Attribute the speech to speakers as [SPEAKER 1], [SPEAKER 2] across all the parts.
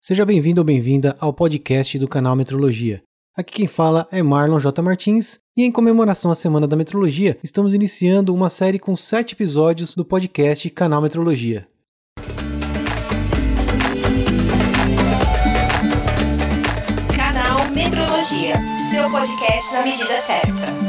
[SPEAKER 1] Seja bem-vindo ou bem-vinda ao podcast do canal Metrologia. Aqui quem fala é Marlon J. Martins e em comemoração à Semana da Metrologia, estamos iniciando uma série com 7 episódios do podcast Canal Metrologia.
[SPEAKER 2] Canal Metrologia, seu podcast na medida certa.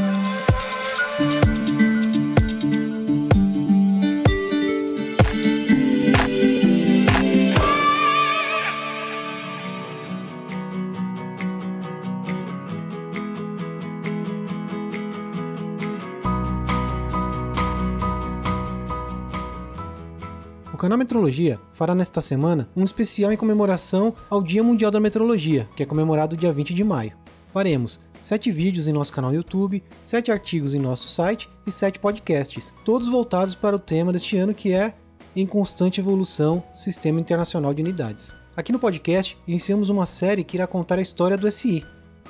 [SPEAKER 1] O canal Metrologia fará nesta semana um especial em comemoração ao Dia Mundial da Metrologia, que é comemorado dia 20 de maio. Faremos 7 vídeos em nosso canal no YouTube, 7 artigos em nosso site e 7 podcasts, todos voltados para o tema deste ano que é Em Constante Evolução, Sistema Internacional de Unidades. Aqui no podcast, iniciamos uma série que irá contar a história do SI.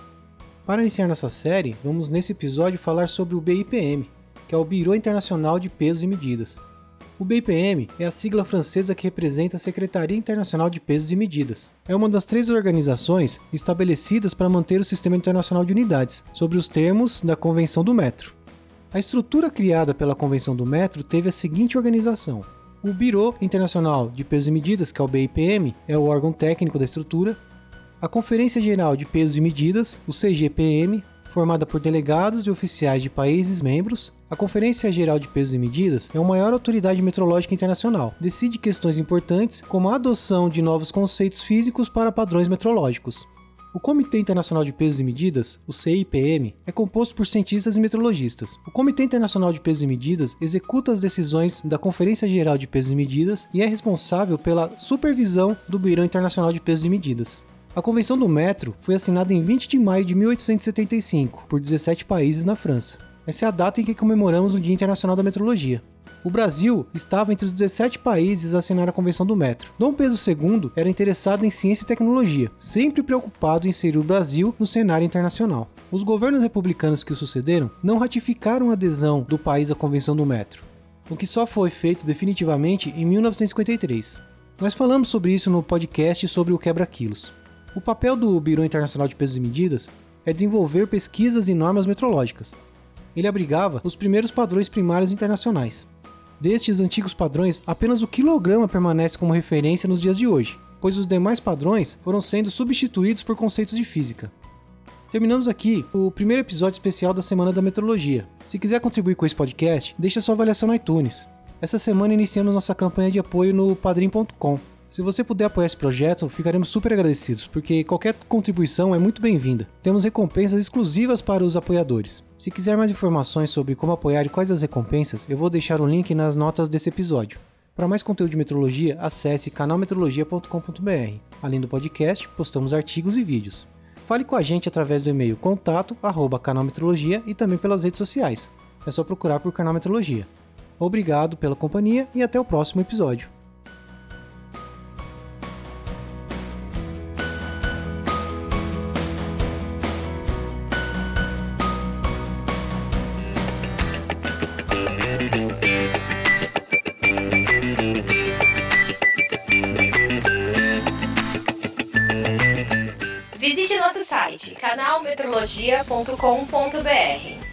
[SPEAKER 1] Para iniciar nossa série, vamos nesse episódio falar sobre o BIPM, que é o Bureau Internacional de Pesos e Medidas. O BIPM é a sigla francesa que representa a Secretaria Internacional de Pesos e Medidas. É uma das 3 organizações estabelecidas para manter o Sistema Internacional de Unidades, sobre os termos da Convenção do Metro. A estrutura criada pela Convenção do Metro teve a seguinte organização. O Bureau Internacional de Pesos e Medidas, que é o BIPM, é o órgão técnico da estrutura. A Conferência Geral de Pesos e Medidas, o CGPM, formada por delegados e oficiais de países membros. A Conferência Geral de Pesos e Medidas é a maior autoridade metrológica internacional. Decide questões importantes como a adoção de novos conceitos físicos para padrões metrológicos. O Comitê Internacional de Pesos e Medidas, o CIPM, é composto por cientistas e metrologistas. O Comitê Internacional de Pesos e Medidas executa as decisões da Conferência Geral de Pesos e Medidas e é responsável pela supervisão do Bureau Internacional de Pesos e Medidas. A Convenção do Metro foi assinada em 20 de maio de 1875 por 17 países na França. Essa é a data em que comemoramos o Dia Internacional da Metrologia. O Brasil estava entre os 17 países a assinar a Convenção do Metro. Dom Pedro II era interessado em ciência e tecnologia, sempre preocupado em inserir o Brasil no cenário internacional. Os governos republicanos que o sucederam não ratificaram a adesão do país à Convenção do Metro, o que só foi feito definitivamente em 1953. Nós falamos sobre isso no podcast sobre o quebra-quilos. O papel do Bureau Internacional de Pesos e Medidas é desenvolver pesquisas e normas metrológicas. Ele abrigava os primeiros padrões primários internacionais. Destes antigos padrões, apenas o quilograma permanece como referência nos dias de hoje, pois os demais padrões foram sendo substituídos por conceitos de física. Terminamos aqui o primeiro episódio especial da Semana da Metrologia. Se quiser contribuir com esse podcast, deixe a sua avaliação no iTunes. Essa semana iniciamos nossa campanha de apoio no padrim.com. Se você puder apoiar esse projeto, ficaremos super agradecidos, porque qualquer contribuição é muito bem-vinda. Temos recompensas exclusivas para os apoiadores. Se quiser mais informações sobre como apoiar e quais as recompensas, eu vou deixar o link nas notas desse episódio. Para mais conteúdo de metrologia, acesse canalmetrologia.com.br. Além do podcast, postamos artigos e vídeos. Fale com a gente através do e-mail contato@canalmetrologia e também pelas redes sociais. É só procurar por Canal Metrologia. Obrigado pela companhia e até o próximo episódio.
[SPEAKER 2] Visite nosso site canalmetrologia.com.br.